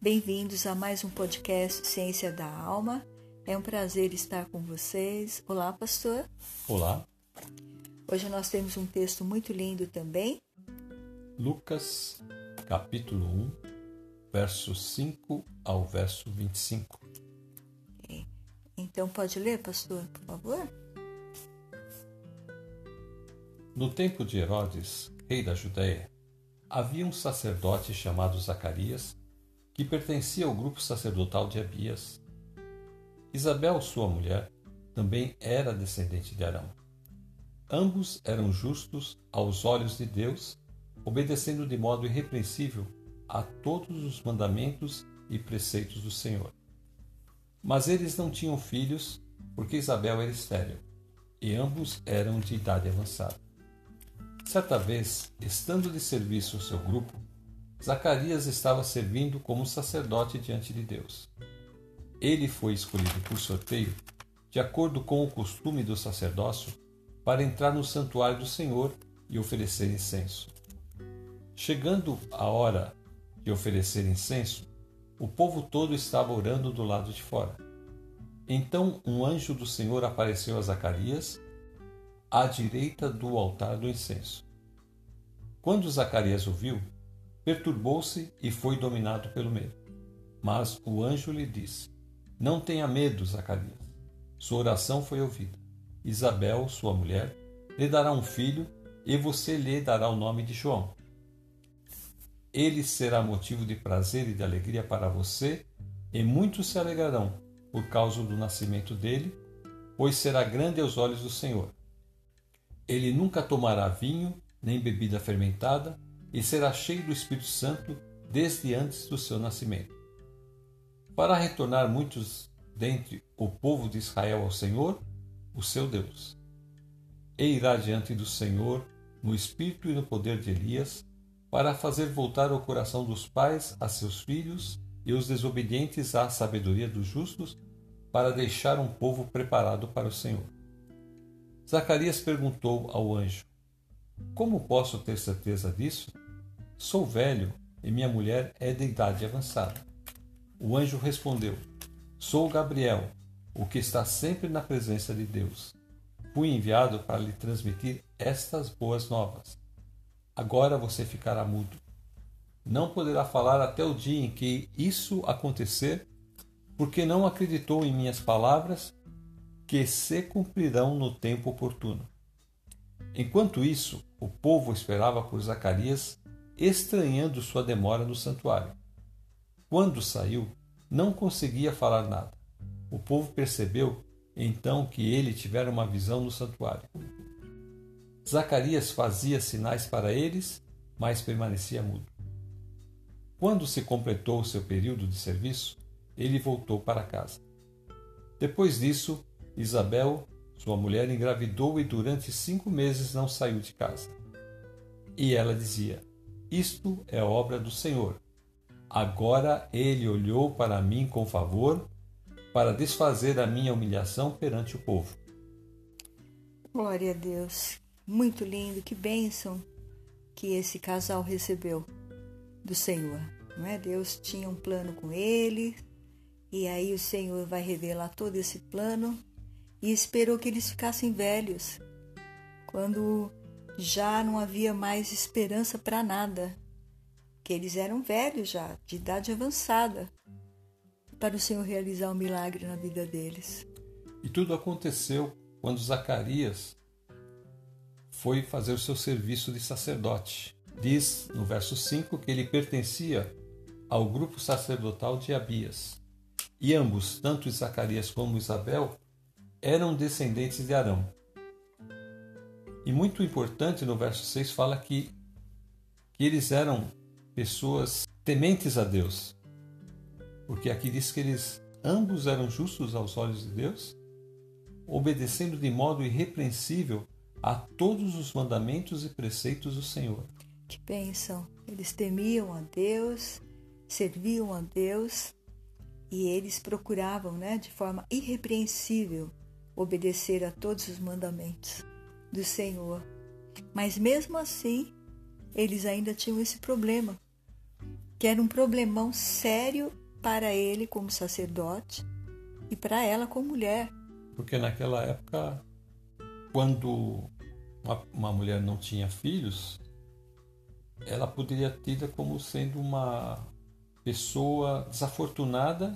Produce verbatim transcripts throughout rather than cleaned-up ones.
Bem-vindos a mais um podcast Ciência da Alma. É um prazer estar com vocês. Olá, pastor. Olá. Hoje nós temos um texto muito lindo também. Lucas, capítulo um, verso cinco ao verso vinte e cinco. Okay. Então pode ler, pastor, por favor? No tempo de Herodes, rei da Judéia, havia um sacerdote chamado Zacarias, que pertencia ao grupo sacerdotal de Abias. Isabel, sua mulher, também era descendente de Arão. Ambos eram justos aos olhos de Deus, obedecendo de modo irrepreensível a todos os mandamentos e preceitos do Senhor. Mas eles não tinham filhos, porque Isabel era estéril, e ambos eram de idade avançada. Certa vez, estando de serviço ao seu grupo, Zacarias estava servindo como sacerdote diante de Deus. Ele foi escolhido por sorteio, de acordo com o costume do sacerdócio, para entrar no santuário do Senhor e oferecer incenso. Chegando a hora de oferecer incenso, o povo todo estava orando do lado de fora. Então um anjo do Senhor apareceu a Zacarias, à direita do altar do incenso. Quando Zacarias ouviu, perturbou-se e foi dominado pelo medo. Mas o anjo lhe disse: Não tenha medo, Zacarias. Sua oração foi ouvida. Isabel, sua mulher, lhe dará um filho e você lhe dará o nome de João. Ele será motivo de prazer e de alegria para você, e muitos se alegrarão por causa do nascimento dele, pois será grande aos olhos do Senhor. Ele nunca tomará vinho, nem bebida fermentada, e será cheio do Espírito Santo desde antes do seu nascimento. Para retornar muitos dentre o povo de Israel ao Senhor, o seu Deus. E irá diante do Senhor no espírito e no poder de Elias, para fazer voltar o coração dos pais a seus filhos e os desobedientes à sabedoria dos justos, para deixar um povo preparado para o Senhor. Zacarias perguntou ao anjo: Como posso ter certeza disso? Sou velho e minha mulher é de idade avançada. O anjo respondeu: Sou Gabriel, o que está sempre na presença de Deus. Fui enviado para lhe transmitir estas boas novas. Agora você ficará mudo. Não poderá falar até o dia em que isso acontecer, porque não acreditou em minhas palavras, que se cumprirão no tempo oportuno. Enquanto isso, o povo esperava por Zacarias, estranhando sua demora no santuário. Quando saiu, não conseguia falar nada. O povo percebeu, então, que ele tivera uma visão no santuário. Zacarias fazia sinais para eles, mas permanecia mudo. Quando se completou o seu período de serviço, ele voltou para casa. Depois disso, Isabel, sua mulher, engravidou e durante cinco meses não saiu de casa. E ela dizia: Isto é obra do Senhor. Agora ele olhou para mim com favor, para desfazer a minha humilhação perante o povo. Glória a Deus. Muito lindo, que bênção que esse casal recebeu do Senhor. Não é? Deus tinha um plano com ele, e aí o Senhor vai revelar todo esse plano, e esperou que eles ficassem velhos, quando já não havia mais esperança para nada, que eles eram velhos já, de idade avançada, para o Senhor realizar um milagre na vida deles. E tudo aconteceu quando Zacarias foi fazer o seu serviço de sacerdote. Diz no verso cinco que ele pertencia ao grupo sacerdotal de Abias. E ambos, tanto Zacarias como Isabel, eram descendentes de Arão. E muito importante, no verso seis fala que, que eles eram pessoas tementes a Deus. Porque aqui diz que eles ambos eram justos aos olhos de Deus, obedecendo de modo irrepreensível a todos os mandamentos e preceitos do Senhor. Que bênção! Eles temiam a Deus, serviam a Deus, e eles procuravam, né, de forma irrepreensível, obedecer a todos os mandamentos do Senhor. Mas mesmo assim, eles ainda tinham esse problema, que era um problemão sério para ele como sacerdote e para ela como mulher. Porque naquela época, quando uma, uma mulher não tinha filhos, ela poderia ser tida como sendo uma pessoa desafortunada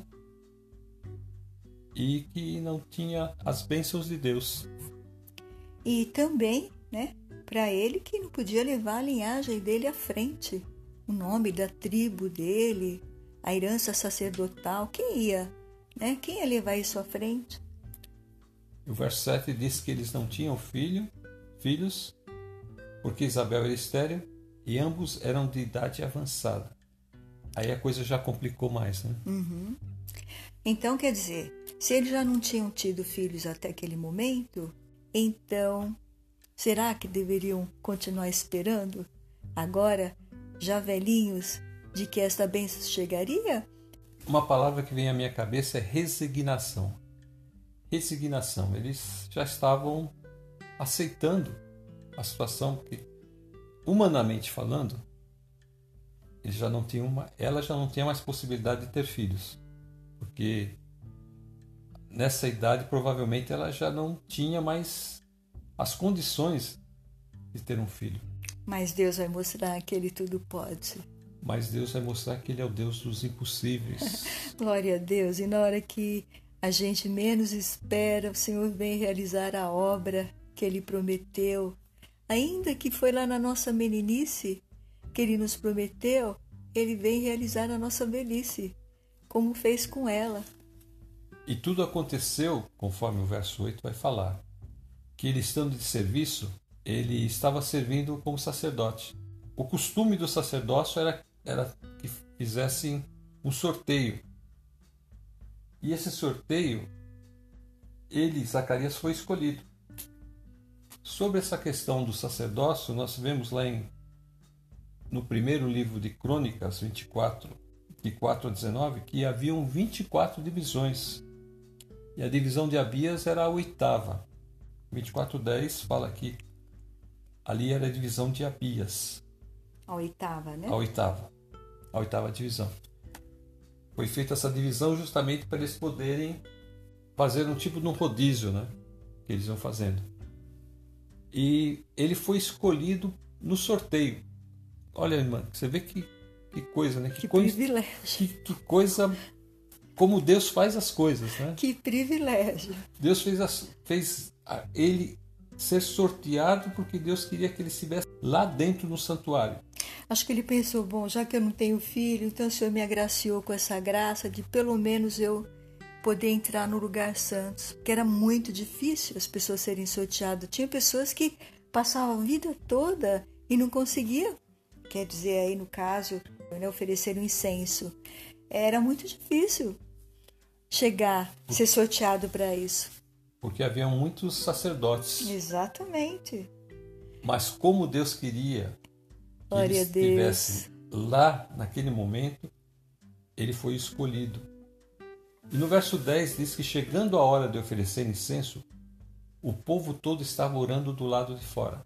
e que não tinha as bênçãos de Deus. E também, né, para ele que não podia levar a linhagem dele à frente, o nome da tribo dele, a herança sacerdotal, quem ia, né? Quem ia levar isso à frente? O verso sete diz que eles não tinham filho, filhos, porque Isabel era estéril e ambos eram de idade avançada. Aí a coisa já complicou mais, né? Uhum. Então, quer dizer, se eles já não tinham tido filhos até aquele momento, então, será que deveriam continuar esperando? Agora, já velhinhos, de que esta bênção chegaria? Uma palavra que vem à minha cabeça é resignação. Resignação. Eles já estavam aceitando a situação, porque, humanamente falando, eles já não tinham uma, ela já não tinha mais possibilidade de ter filhos. Porque nessa idade, provavelmente, ela já não tinha mais as condições de ter um filho. Mas Deus vai mostrar que Ele tudo pode. Mas Deus vai mostrar que Ele é o Deus dos impossíveis. Glória a Deus. E na hora que a gente menos espera, o Senhor vem realizar a obra que Ele prometeu. Ainda que foi lá na nossa meninice que Ele nos prometeu, Ele vem realizar a nossa velhice, como fez com ela. E tudo aconteceu, conforme o verso oito vai falar, que ele estando de serviço, ele estava servindo como sacerdote. O costume do sacerdócio era, era que fizessem um sorteio. E esse sorteio, ele, Zacarias, foi escolhido. Sobre essa questão do sacerdócio, nós vemos lá em, no primeiro livro de Crônicas, vinte e quatro, de quatro a dezenove, que haviam vinte e quatro divisões. E a divisão de Abias era a oitava. vinte e quatro, dez fala que ali era a divisão de Abias. A oitava, né? A oitava. A oitava divisão. Foi feita essa divisão justamente para eles poderem fazer um tipo de um rodízio, né? Que eles iam fazendo. E ele foi escolhido no sorteio. Olha, irmã, você vê que, que coisa, né? Que, Que coisa, privilégio. Que, que coisa... Como Deus faz as coisas, né? Que privilégio. Deus fez, as, fez ele ser sorteado porque Deus queria que ele estivesse lá dentro no santuário. Acho que ele pensou, bom, já que eu não tenho filho, então o Senhor me agraciou com essa graça de pelo menos eu poder entrar no lugar santo, que era muito difícil as pessoas serem sorteadas. Tinha pessoas que passavam a vida toda e não conseguiam, quer dizer, aí no caso, né, oferecer um incenso. Era muito difícil chegar, ser sorteado para isso. Porque havia muitos sacerdotes. Exatamente. Mas como Deus queria que Glória ele a Deus. estivesse lá naquele momento, ele foi escolhido. E no verso dez diz que chegando a hora de oferecer incenso, o povo todo estava orando do lado de fora.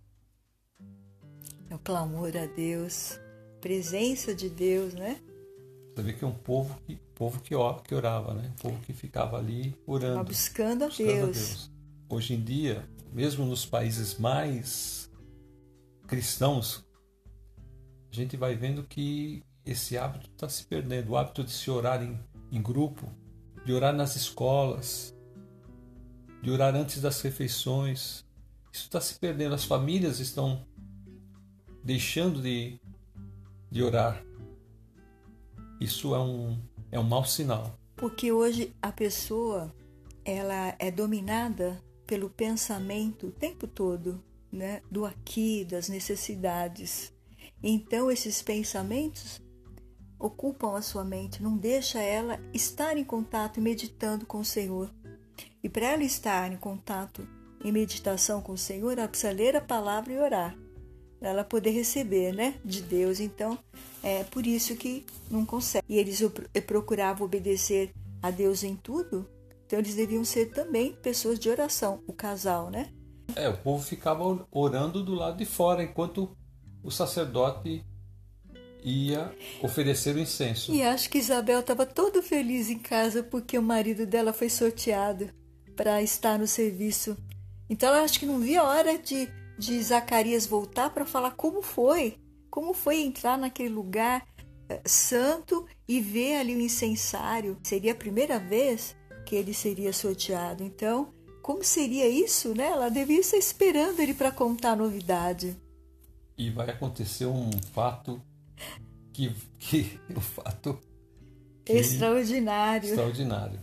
É o clamor a Deus, presença de Deus, né? Você vê que é um povo que, povo que, or, que orava, né? Um povo que ficava ali orando. Estava buscando a buscando Deus. a Deus. Hoje em dia, mesmo nos países mais cristãos, a gente vai vendo que esse hábito está se perdendo. O hábito de se orar em, em grupo, de orar nas escolas, de orar antes das refeições. Isso está se perdendo. As famílias estão deixando de, de orar. Isso é um, é um mau sinal. Porque hoje a pessoa ela é dominada pelo pensamento o tempo todo, né? Do aqui, das necessidades. Então esses pensamentos ocupam a sua mente, não deixa ela estar em contato e meditando com o Senhor. E para ela estar em contato e meditação com o Senhor, ela precisa ler a palavra e orar, para ela poder receber, né, de Deus. Então, é por isso que não consegue. E eles procuravam obedecer a Deus em tudo, então eles deviam ser também pessoas de oração, o casal, né? É, o povo ficava orando do lado de fora, enquanto o sacerdote ia oferecer o incenso. E acho que Isabel estava todo feliz em casa porque o marido dela foi sorteado para estar no serviço. Então ela acho que não via a hora de, de Zacarias voltar para falar como foi, como foi entrar naquele lugar eh, santo e ver ali o incensário. Seria a primeira vez que ele seria sorteado. Então, como seria isso, né? Ela devia estar esperando ele para contar a novidade. E vai acontecer um fato que, que um fato que, extraordinário. extraordinário.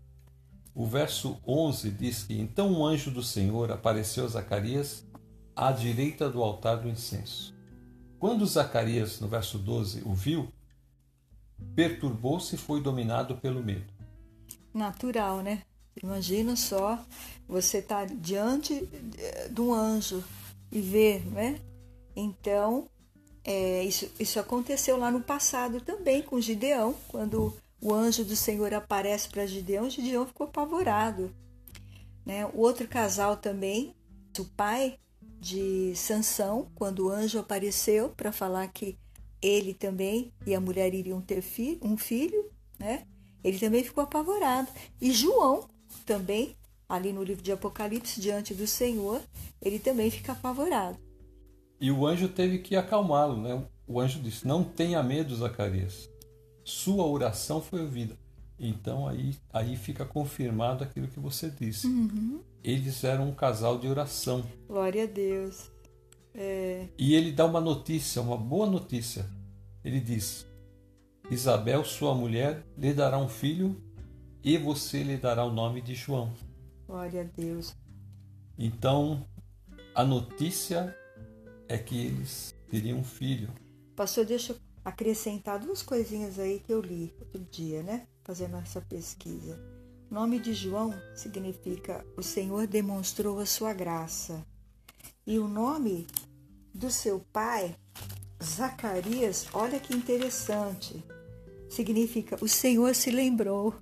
O verso onze diz que então um anjo do Senhor apareceu a Zacarias à direita do altar do incenso. Quando Zacarias, no verso doze, o viu, perturbou-se e foi dominado pelo medo. Natural, né? Imagina só, você estar tá diante de um anjo e ver, né? Então, é, isso, isso aconteceu lá no passado também com Gideão, quando o anjo do Senhor aparece para Gideão, Gideão ficou apavorado. Né? O outro casal também, o pai de Sansão, quando o anjo apareceu para falar que ele também e a mulher iriam ter fi- um filho, né? Ele também ficou apavorado. E João também, ali no livro de Apocalipse, diante do Senhor, ele também fica apavorado. E o anjo teve que acalmá-lo, né? O anjo disse, não tenha medo, Zacarias. Sua oração foi ouvida. Então aí, aí fica confirmado aquilo que você disse. Uhum. Eles eram um casal de oração. Glória a Deus. É... E ele dá uma notícia, uma boa notícia. Ele diz, Isabel, sua mulher, lhe dará um filho e você lhe dará o nome de João. Glória a Deus. Então, a notícia é que eles teriam um filho. Pastor, deixa eu acrescentar duas coisinhas aí que eu li outro dia, né? Fazendo essa pesquisa. O nome de João significa o Senhor demonstrou a sua graça. E o nome do seu pai, Zacarias, olha que interessante. Significa o Senhor se lembrou.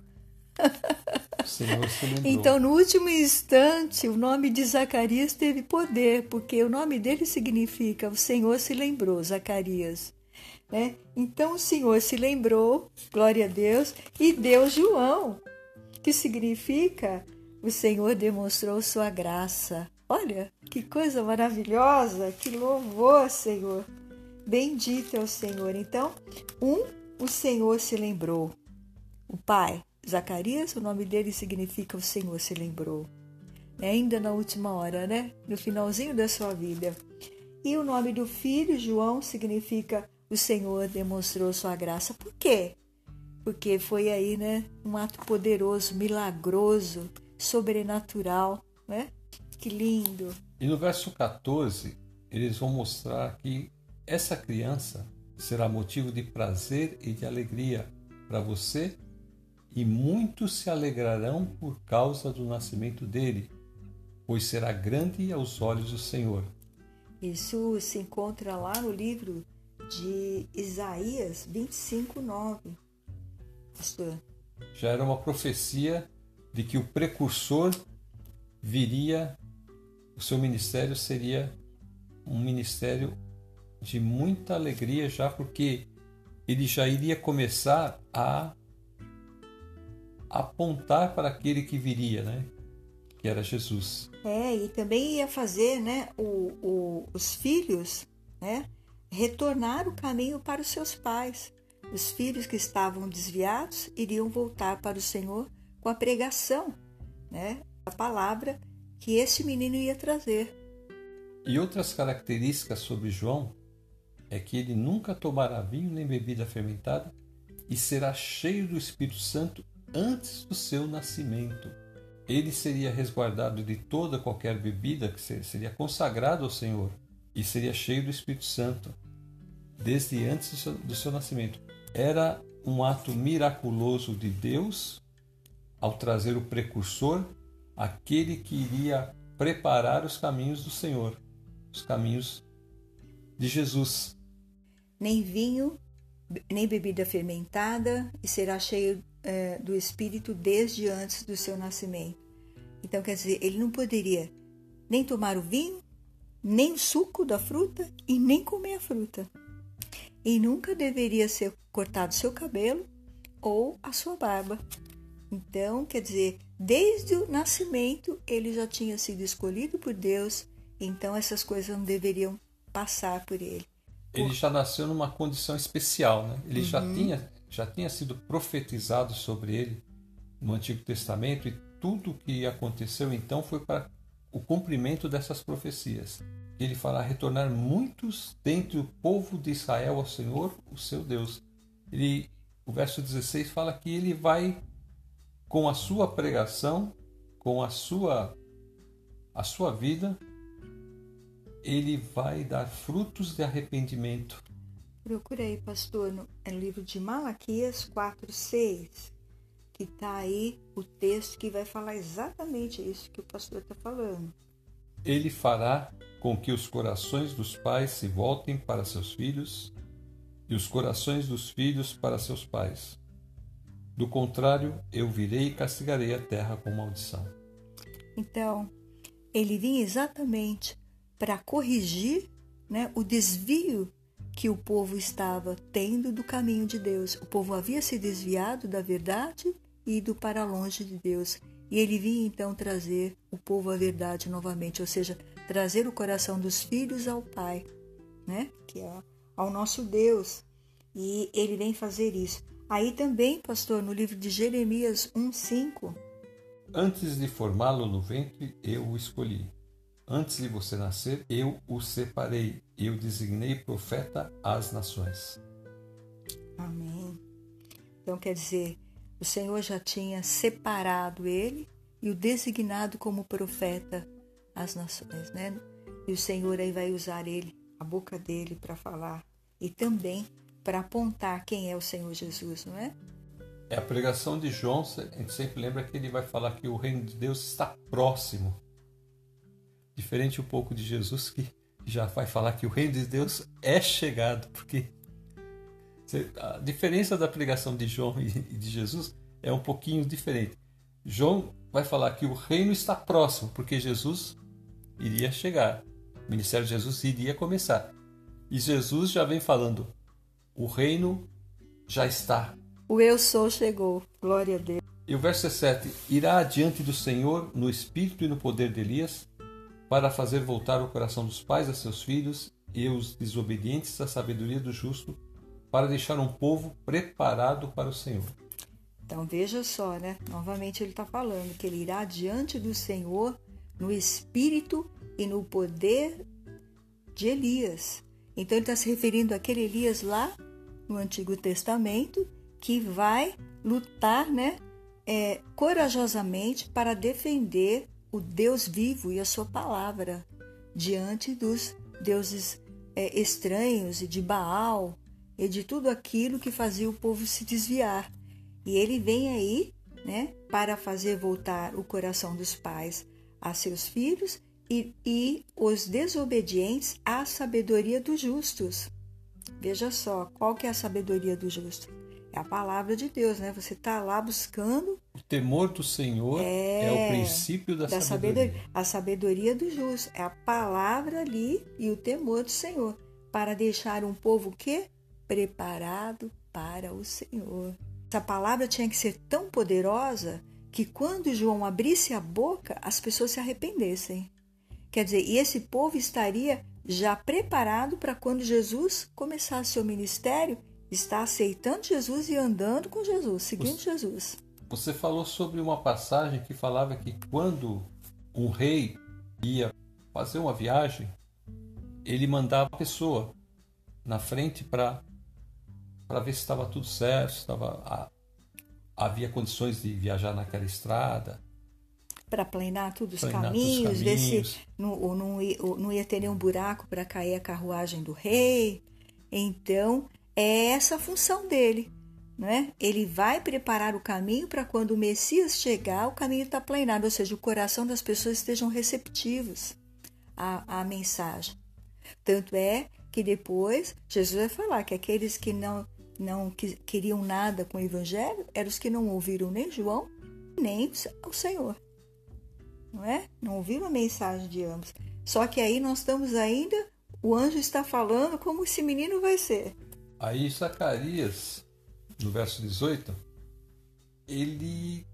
O Senhor se lembrou. Então, no último instante, o nome de Zacarias teve poder, porque o nome dele significa o Senhor se lembrou, Zacarias. Né? Então, o Senhor se lembrou, glória a Deus, e deu João, que significa o Senhor demonstrou sua graça. Olha, que coisa maravilhosa, que louvor, Senhor. Bendito é o Senhor. Então, um, o Senhor se lembrou. O pai, Zacarias, o nome dele significa o Senhor se lembrou. É ainda na última hora, né? No finalzinho da sua vida. E o nome do filho, João, significa o Senhor demonstrou sua graça. Por quê? Porque foi aí, né? Um ato poderoso, milagroso, sobrenatural, né? Que lindo. E no verso catorze, eles vão mostrar que essa criança será motivo de prazer e de alegria para você, e muitos se alegrarão por causa do nascimento dele, pois será grande aos olhos do Senhor. Isso se encontra lá no livro de Isaías vinte e cinco, nove. Pastor. Já era uma profecia de que o precursor viria, o seu ministério seria um ministério de muita alegria, já porque ele já iria começar a apontar para aquele que viria, né? Que era Jesus. É, e também ia fazer, né, o, o, os filhos, né, retornar o caminho para os seus pais. Os filhos que estavam desviados iriam voltar para o Senhor com a pregação, né, a palavra que esse menino ia trazer. E outras características sobre João é que ele nunca tomará vinho nem bebida fermentada e será cheio do Espírito Santo antes do seu nascimento. Ele seria resguardado de toda qualquer bebida, que seria consagrado ao Senhor, e seria cheio do Espírito Santo desde antes do seu, do seu nascimento. Era um ato miraculoso de Deus ao trazer o precursor, aquele que iria preparar os caminhos do Senhor, os caminhos de Jesus. Nem vinho, nem bebida fermentada, e será cheio é, do Espírito desde antes do seu nascimento. Então, quer dizer, ele não poderia nem tomar o vinho, nem o suco da fruta e nem comer a fruta. e nunca deveria ser cortado seu cabelo ou a sua barba. Então, quer dizer, desde o nascimento ele já tinha sido escolhido por Deus, então essas coisas não deveriam passar por ele. Ele já nasceu numa condição especial, né? Ele Uhum. já tinha, já tinha sido profetizado sobre ele no Antigo Testamento, e tudo o que aconteceu então foi para o cumprimento dessas profecias. Ele fará retornar muitos dentre o povo de Israel ao Senhor, o seu Deus. Ele, o verso dezesseis fala que ele vai, com a sua pregação, com a sua, a sua vida, ele vai dar frutos de arrependimento. Procurei, pastor, no, no livro de Malaquias quatro, seis, que está aí o texto que vai falar exatamente isso que o pastor está falando. Ele fará com que os corações dos pais se voltem para seus filhos e os corações dos filhos para seus pais. Do contrário, eu virei e castigarei a terra com maldição. Então, ele vinha exatamente para corrigir, né, o desvio que o povo estava tendo do caminho de Deus. O povo havia se desviado da verdade e ido para longe de Deus. E ele vinha então trazer o povo à verdade novamente, ou seja, trazer o coração dos filhos ao Pai, né, que é ao nosso Deus. E ele vem fazer isso. Aí também, pastor, no livro de Jeremias um, cinco... Antes de formá-lo no ventre, eu o escolhi. Antes de você nascer, eu o separei. Eu designei profeta às nações. Amém. Então, quer dizer, o Senhor já tinha separado ele e o designado como profeta às nações, né? E o Senhor aí vai usar ele, a boca dele, para falar e também para apontar quem é o Senhor Jesus, não é? É a pregação de João, a gente sempre lembra que ele vai falar que o reino de Deus está próximo. Diferente um pouco de Jesus, que já vai falar que o reino de Deus é chegado, porque a diferença da pregação de João e de Jesus é um pouquinho diferente. João vai falar que o reino está próximo, porque Jesus iria chegar, o ministério de Jesus iria começar. E Jesus já vem falando, o reino já está. O eu sou chegou, glória a Deus. E o verso sete, irá adiante do Senhor no espírito e no poder de Elias, para fazer voltar o coração dos pais a seus filhos e os desobedientes à sabedoria do justo, para deixar um povo preparado para o Senhor. Então veja só, né? Novamente ele está falando que ele irá diante do Senhor no espírito e no poder de Elias. Então ele está se referindo àquele Elias lá no Antigo Testamento que vai lutar, né, é, corajosamente para defender o Deus vivo e a sua palavra diante dos deuses é, estranhos e de Baal e de tudo aquilo que fazia o povo se desviar. E ele vem aí, né, para fazer voltar o coração dos pais a seus filhos e, e os desobedientes à sabedoria dos justos. Veja só, qual que é a sabedoria do justo? É a palavra de Deus, né? Você está lá buscando... O temor do Senhor é, é o princípio da, da sabedoria. sabedoria. A sabedoria do justo é a palavra ali e o temor do Senhor, para deixar um povo o quê? Preparado para o Senhor. Essa palavra tinha que ser tão poderosa que quando João abrisse a boca, as pessoas se arrependessem. Quer dizer, e esse povo estaria já preparado para quando Jesus começasse seu ministério, estar aceitando Jesus e andando com Jesus, seguindo você, Jesus. Você falou sobre uma passagem que falava que quando um rei ia fazer uma viagem, ele mandava uma pessoa na frente para para ver se estava tudo certo, se estava, a, havia condições de viajar naquela estrada. Para planear todos os planear caminhos, todos os ver caminhos. se não, não, não ia ter nenhum buraco para cair a carruagem do rei. Então, é essa a função dele, não é? Ele vai preparar o caminho para quando o Messias chegar, o caminho está planeado, ou seja, o coração das pessoas estejam receptivos à, à mensagem. Tanto é que depois Jesus vai falar que aqueles que não, não que, queriam nada com o Evangelho eram os que não ouviram nem João, nem o Senhor. Não é? Não ouviram a mensagem de ambos. Só que aí nós estamos ainda, o anjo está falando como esse menino vai ser. Aí Zacarias, no verso dezoito, ele,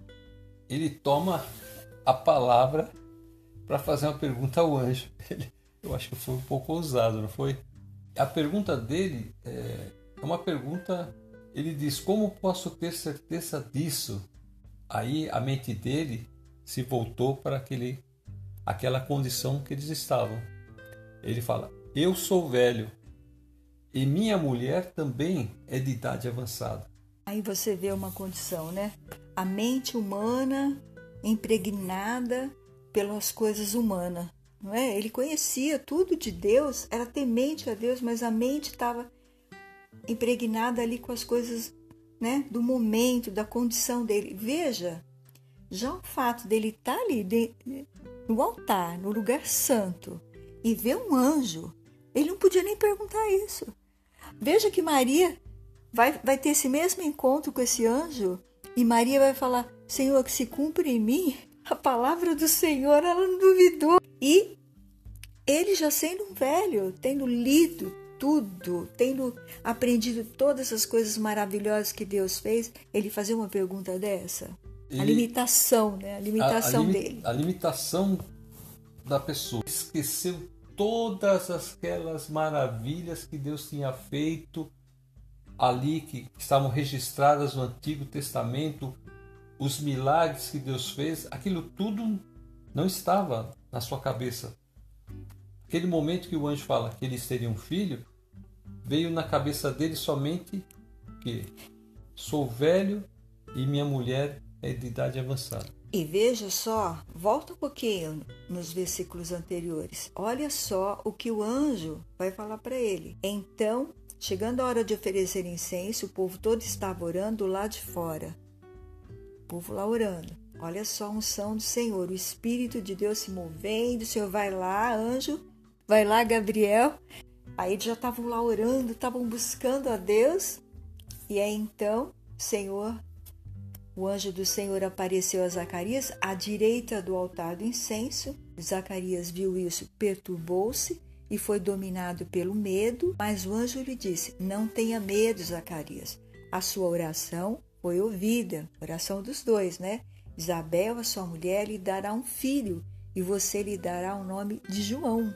ele toma a palavra para fazer uma pergunta ao anjo. Ele, eu acho que foi um pouco ousado, não foi? A pergunta dele é, é uma pergunta, ele diz, como posso ter certeza disso? Aí a mente dele se voltou para aquele, aquela condição que eles estavam. Ele fala, eu sou velho e minha mulher também é de idade avançada. Aí você vê uma condição, né? A mente humana impregnada pelas coisas humanas, não é? Ele conhecia tudo de Deus, era temente a Deus, mas a mente estava impregnada ali com as coisas, né, do momento, da condição dele. Veja, já o fato dele estar ali de, no altar, no lugar santo, e ver um anjo, ele não podia nem perguntar isso. Veja que Maria vai, vai ter esse mesmo encontro com esse anjo, e Maria vai falar, Senhor, que se cumpra em mim a palavra do Senhor. Ela não duvidou. E ele já sendo um velho, tendo lido tudo, tendo aprendido todas as coisas maravilhosas que Deus fez, ele fazer uma pergunta dessa? Ele, a limitação, né? A limitação a, a dele. A limitação da pessoa. Esqueceu todas aquelas maravilhas que Deus tinha feito ali, que estavam registradas no Antigo Testamento, os milagres que Deus fez, aquilo tudo não estava na sua cabeça. Aquele momento que o anjo fala que eles teriam um filho, veio na cabeça dele somente que sou velho e minha mulher é de idade avançada. E veja só, volta um pouquinho nos versículos anteriores. Olha só o que o anjo vai falar para ele. Então, chegando a hora de oferecer incenso, o povo todo estava orando lá de fora. O povo lá orando. Olha só a unção do Senhor, o Espírito de Deus se movendo. O Senhor vai lá, anjo, vai lá, Gabriel. Aí eles já estavam lá orando, estavam buscando a Deus. E aí então, o Senhor, o anjo do Senhor apareceu a Zacarias à direita do altar do incenso. Zacarias viu isso, perturbou-se e foi dominado pelo medo. Mas o anjo lhe disse, não tenha medo, Zacarias. A sua oração foi ouvida, oração dos dois, né? Isabel, a sua mulher, lhe dará um filho e você lhe dará o nome de João.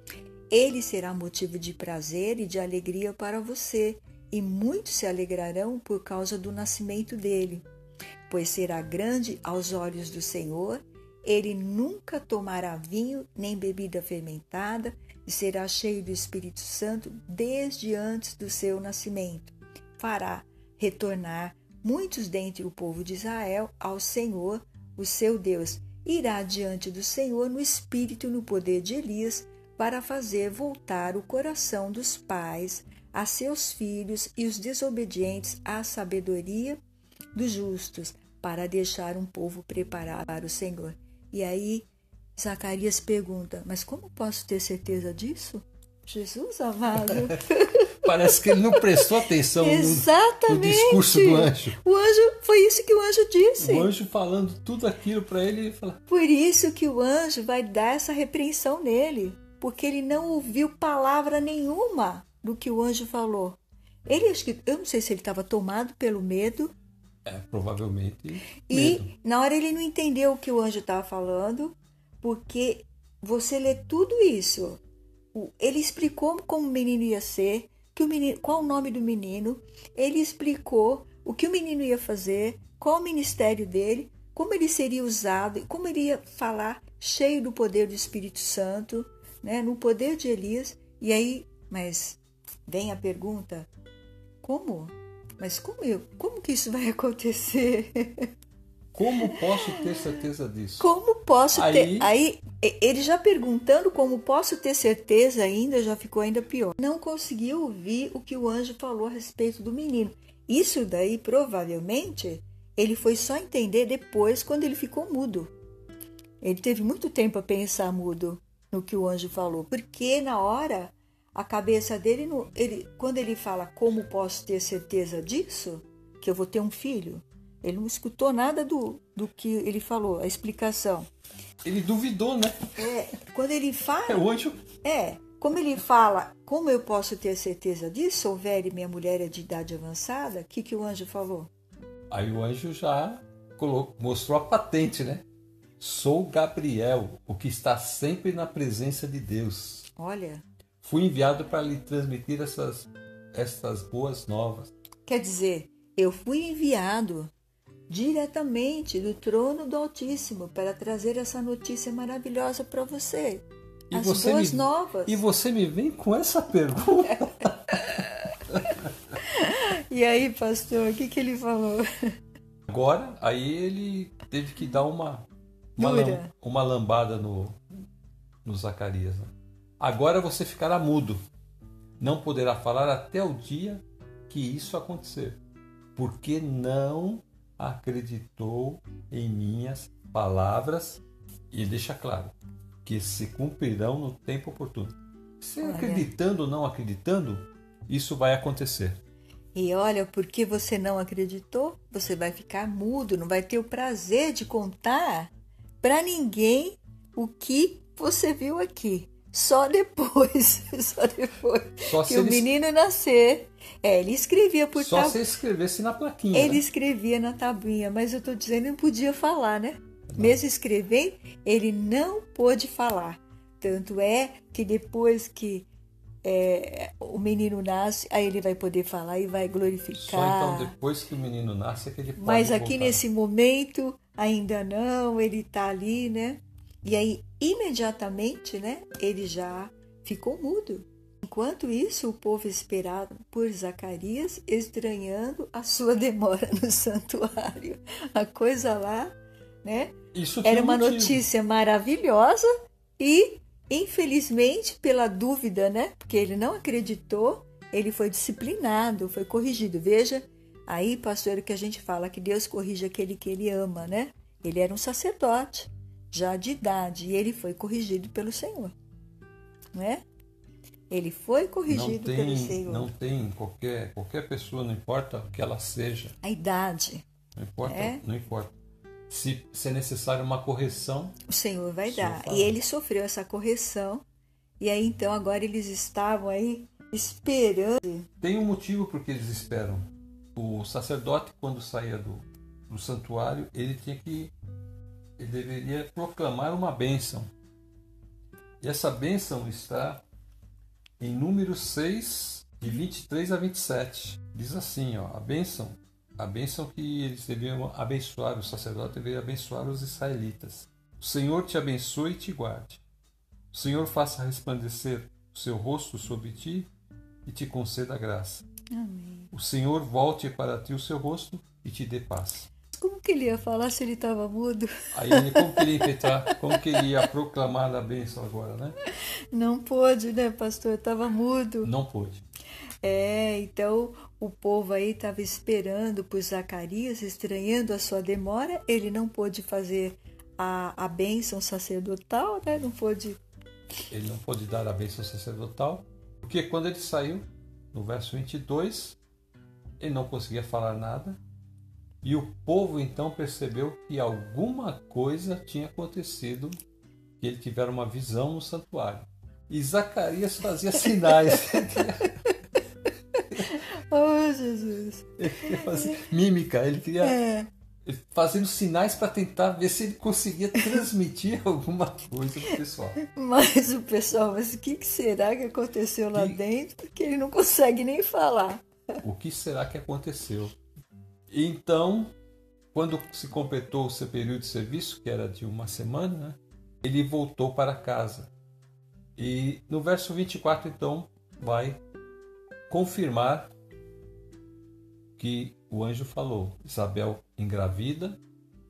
Ele será motivo de prazer e de alegria para você, e muitos se alegrarão por causa do nascimento dele, pois será grande aos olhos do Senhor. Ele nunca tomará vinho nem bebida fermentada e será cheio do Espírito Santo desde antes do seu nascimento. Fará retornar muitos dentre o povo de Israel ao Senhor, o seu Deus. Irá diante do Senhor no espírito e no poder de Elias, para fazer voltar o coração dos pais a seus filhos e os desobedientes à sabedoria dos justos, para deixar um povo preparado para o Senhor. E aí Zacarias pergunta, mas como posso ter certeza disso? Jesus amado. Parece que ele não prestou atenção no, no discurso do anjo. O anjo, foi isso que o anjo disse. O anjo falando tudo aquilo para ele. Fala... Por isso que o anjo vai dar essa repreensão nele, porque ele não ouviu palavra nenhuma do que o anjo falou. Ele, acho que, eu não sei se ele estava tomado pelo medo. É, provavelmente. E medo. Na hora ele não entendeu o que o anjo estava falando, porque você lê tudo isso. Ele explicou como o menino ia ser, que o menino, qual o nome do menino, ele explicou o que o menino ia fazer, qual o ministério dele, como ele seria usado, como ele ia falar cheio do poder do Espírito Santo, né, no poder de Elias. E aí, mas vem a pergunta, como? Mas como, eu, como que isso vai acontecer? Como posso ter certeza disso? Como posso aí... ter... Aí, ele já perguntando como posso ter certeza ainda, já ficou ainda pior. Não conseguiu ouvir o que o anjo falou a respeito do menino. Isso daí, provavelmente, ele foi só entender depois, quando ele ficou mudo. Ele teve muito tempo a pensar mudo no que o anjo falou. Porque na hora, a cabeça dele... Ele, quando ele fala como posso ter certeza disso, que eu vou ter um filho... Ele não escutou nada do, do que ele falou, a explicação. Ele duvidou, né? É, quando ele fala... É, o anjo... É, como ele fala, como eu posso ter certeza disso? Sou velho e minha mulher é de idade avançada. O que, que o anjo falou? Aí o anjo já colocou, mostrou a patente, né? Sou Gabriel, o que está sempre na presença de Deus. Olha. Fui enviado para lhe transmitir essas, essas boas novas. Quer dizer, eu fui enviado diretamente do trono do Altíssimo para trazer essa notícia maravilhosa para você. E As você boas me, novas. E você me vem com essa pergunta? E aí, pastor, o que, que ele falou? Agora, aí ele teve que dar uma, uma, lam, uma lambada no, no Zacarias. Né? Agora você ficará mudo. Não poderá falar até o dia que isso acontecer. Porque não acreditou em minhas palavras. E deixa claro que se cumprirão no tempo oportuno. Se Olha. Acreditando ou não acreditando, isso vai acontecer. E olha, porque você não acreditou, você vai ficar mudo, não vai ter o prazer de contar para ninguém o que você viu aqui. Só depois, só depois só que o ele... menino nascer. É, ele escrevia por Só tab... se escrevesse na plaquinha. Ele né? escrevia na tabuinha, mas eu estou dizendo que não podia falar, né? Não. Mesmo escrevendo, ele não pôde falar. Tanto é que depois que É, o menino nasce, aí ele vai poder falar e vai glorificar. Só então depois que o menino nasce é que ele pode Mas aqui voltar. Nesse momento ainda não, ele está ali, né? E aí imediatamente, né? Ele já ficou mudo. Enquanto isso, o povo esperava por Zacarias, estranhando a sua demora no santuário. A coisa lá, né? Isso era uma motivo. notícia maravilhosa e infelizmente, pela dúvida, né? Porque ele não acreditou, ele foi disciplinado, foi corrigido. Veja, aí, pastor, o que a gente fala, que Deus corrige aquele que ele ama, né? Ele era um sacerdote, já de idade, e ele foi corrigido pelo Senhor, não é? Ele foi corrigido não tem, pelo Senhor. Não tem qualquer, qualquer pessoa, não importa o que ela seja. A idade. Não importa, é? não importa. Se, se é necessário uma correção, o Senhor vai o Senhor dar. fala. E ele sofreu essa correção. E aí, então, agora eles estavam aí esperando. Tem um motivo por que eles esperam. O sacerdote, quando saía do, do santuário, ele tinha que, ele deveria proclamar uma bênção. E essa bênção está em Números seis, de vinte e três a vinte e sete. Diz assim, ó, a bênção. A bênção que eles deviam abençoar, o sacerdote deveria abençoar os israelitas. O Senhor te abençoe e te guarde. O Senhor faça resplandecer o seu rosto sobre ti e te conceda graça. Amém. O Senhor volte para ti o seu rosto e te dê paz. Como que ele ia falar se ele estava mudo? Aí, como que ele ia impetrar, como que ele ia proclamar a bênção agora, né? Não pôde, né, pastor? Estava mudo. Não pôde. É, então o povo aí estava esperando por Zacarias, estranhando a sua demora. Ele não pôde fazer a, a bênção sacerdotal, né? Não pôde. Ele não pôde dar a bênção sacerdotal, porque quando ele saiu, no verso vinte e dois, ele não conseguia falar nada. E o povo então percebeu que alguma coisa tinha acontecido, que ele tivera uma visão no santuário. E Zacarias fazia sinais. Oh, Jesus! Ele queria fazer mímica, ele queria é. fazendo sinais para tentar ver se ele conseguia transmitir alguma coisa para o pessoal. Mas o pessoal, mas o que será que aconteceu lá que... dentro? Porque ele não consegue nem falar. O que será que aconteceu? Então, quando se completou o seu período de serviço, que era de uma semana, né, ele voltou para casa. E no verso vinte e quatro, então, vai confirmar que o anjo falou. Isabel engravida.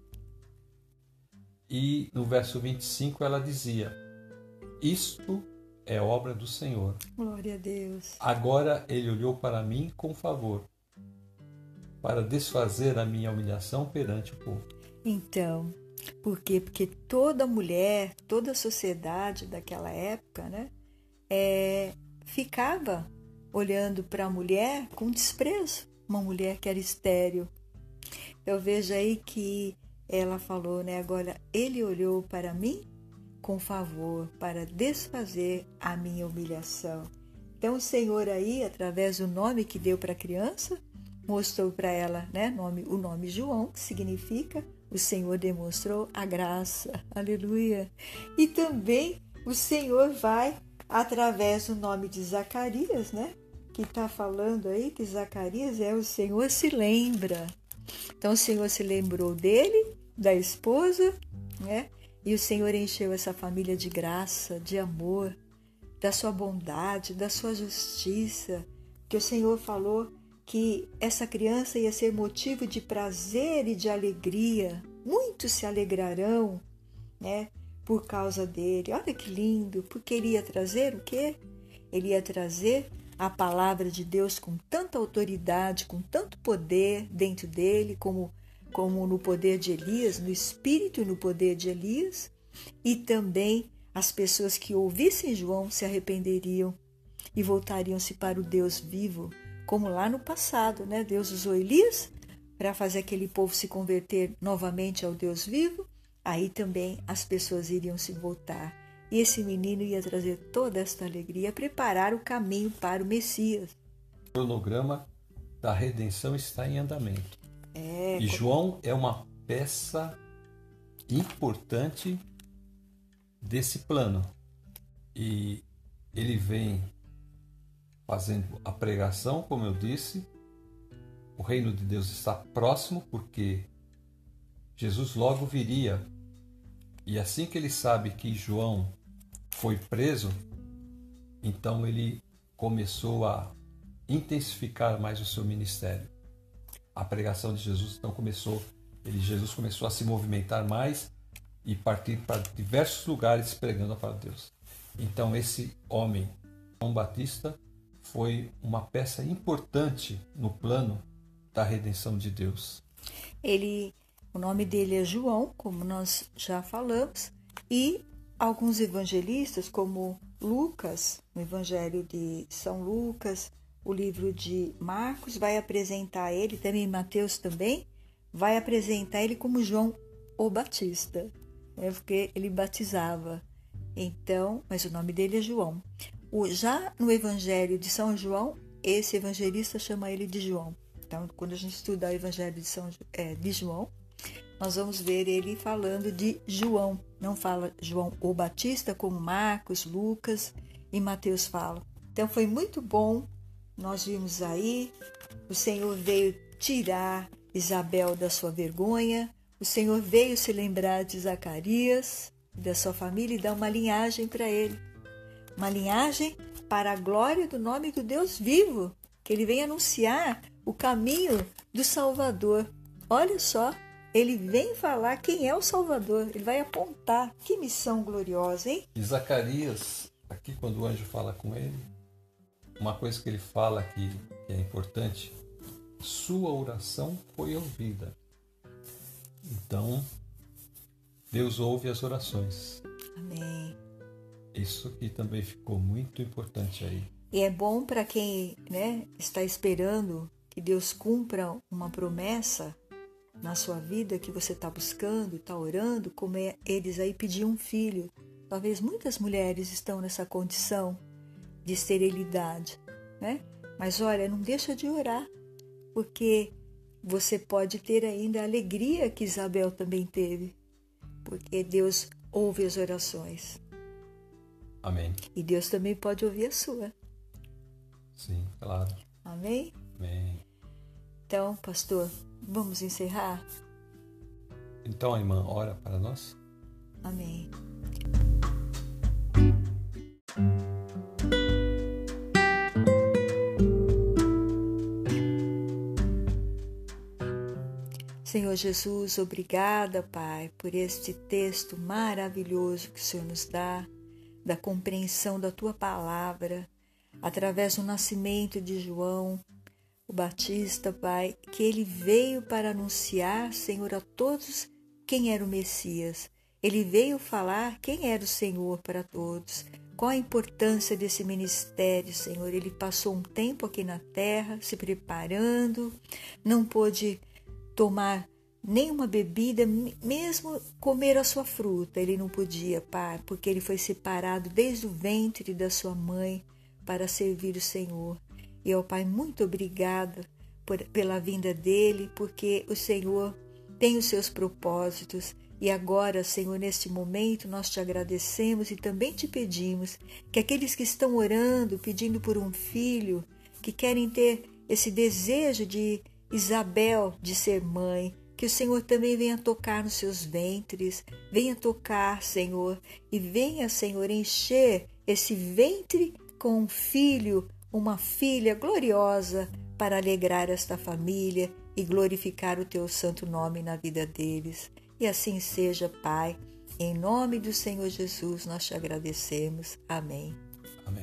E no verso vinte e cinco ela dizia: isto é obra do Senhor. Glória a Deus. Agora ele olhou para mim com favor, para desfazer a minha humilhação perante o povo. Então, por quê? Porque toda mulher, toda a sociedade daquela época, né, é, ficava olhando para a mulher com desprezo. Uma mulher que era estéril. Eu vejo aí que ela falou, né, agora ele olhou para mim com favor para desfazer a minha humilhação. Então o Senhor aí, através do nome que deu para a criança, mostrou para ela, né, nome, o nome João, que significa o Senhor demonstrou a graça. Aleluia! E também o Senhor vai, através do nome de Zacarias, né, que está falando aí que Zacarias é o Senhor se lembra. Então o Senhor se lembrou dele, da esposa, né? E o Senhor encheu essa família de graça, de amor, da sua bondade, da sua justiça, que o Senhor falou que essa criança ia ser motivo de prazer e de alegria. Muitos se alegrarão, né, por causa dele. Olha que lindo, porque ele ia trazer o quê? Ele ia trazer a palavra de Deus com tanta autoridade, com tanto poder dentro dele, como, como no poder de Elias, no espírito e no poder de Elias, e também as pessoas que ouvissem João se arrependeriam e voltariam-se para o Deus vivo, como lá no passado, né? Deus usou Elias para fazer aquele povo se converter novamente ao Deus vivo, aí também as pessoas iriam se voltar. E esse menino ia trazer toda esta alegria, preparar o caminho para o Messias. O cronograma da redenção está em andamento. É, e João é uma peça importante desse plano. E ele vem fazendo a pregação, como eu disse. O reino de Deus está próximo, porque Jesus logo viria. E assim que ele sabe que João foi preso, então ele começou a intensificar mais o seu ministério. A pregação de Jesus então começou, ele, Jesus começou a se movimentar mais e partir para diversos lugares pregando a palavra de Deus. Então esse homem, João Batista, foi uma peça importante no plano da redenção de Deus. Ele, o nome dele é João, como nós já falamos, e alguns evangelistas, como Lucas, no Evangelho de São Lucas, o livro de Marcos, vai apresentar ele, também Mateus também, vai apresentar ele como João o Batista, né? Porque ele batizava. Então, mas o nome dele é João. O, já no Evangelho de São João, esse evangelista chama ele de João. Então, quando a gente estuda o Evangelho de, São, é, de João, nós vamos ver ele falando de João. Não fala João o Batista, como Marcos, Lucas e Mateus falam. Então, foi muito bom. Nós vimos aí, o Senhor veio tirar Isabel da sua vergonha, o Senhor veio se lembrar de Zacarias, da sua família, e dar uma linhagem para ele. Uma linhagem para a glória do nome do Deus vivo, que ele vem anunciar o caminho do Salvador. Olha só, ele vem falar quem é o Salvador, ele vai apontar. Que missão gloriosa, hein? E Zacarias, aqui quando o anjo fala com ele, uma coisa que ele fala aqui que é importante, sua oração foi ouvida. Então, Deus ouve as orações. Amém. Isso aqui também ficou muito importante aí. E é bom para quem, né, está esperando que Deus cumpra uma promessa na sua vida, que você está buscando, está orando, como é, eles aí pediam um filho. Talvez muitas mulheres estão nessa condição de esterilidade, né? Mas olha, não deixa de orar, porque você pode ter ainda a alegria que Isabel também teve, porque Deus ouve as orações. Amém. E Deus também pode ouvir a sua. Sim, claro. Amém? Amém. Então, pastor, vamos encerrar? Então, a irmã ora para nós. Amém. Senhor Jesus, obrigada, Pai, por este texto maravilhoso que o Senhor nos dá, da compreensão da Tua palavra, através do nascimento de João, o Batista, Pai, que ele veio para anunciar, Senhor, a todos quem era o Messias. Ele veio falar quem era o Senhor para todos. Qual a importância desse ministério, Senhor? Ele passou um tempo aqui na terra, se preparando, não pôde tomar nem uma bebida, mesmo comer a sua fruta, ele não podia, Pai, porque ele foi separado desde o ventre da sua mãe para servir o Senhor. E, ó Pai, muito obrigada por, pela vinda dele, porque o Senhor tem os seus propósitos. E agora, Senhor, neste momento, nós te agradecemos e também te pedimos que aqueles que estão orando, pedindo por um filho, que querem ter esse desejo de Isabel de ser mãe, que o Senhor também venha tocar nos seus ventres, venha tocar, Senhor, e venha, Senhor, encher esse ventre com um filho, uma filha gloriosa para alegrar esta família e glorificar o teu santo nome na vida deles. E assim seja, Pai. Em nome do Senhor Jesus, nós te agradecemos. Amém. Amém.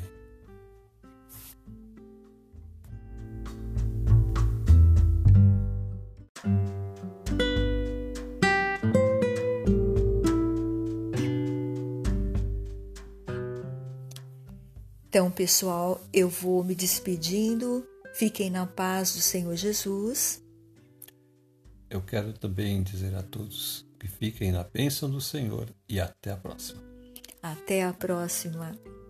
Então, pessoal, eu vou me despedindo. Fiquem na paz do Senhor Jesus. Eu quero também dizer a todos que fiquem na bênção do Senhor e até a próxima. Até a próxima.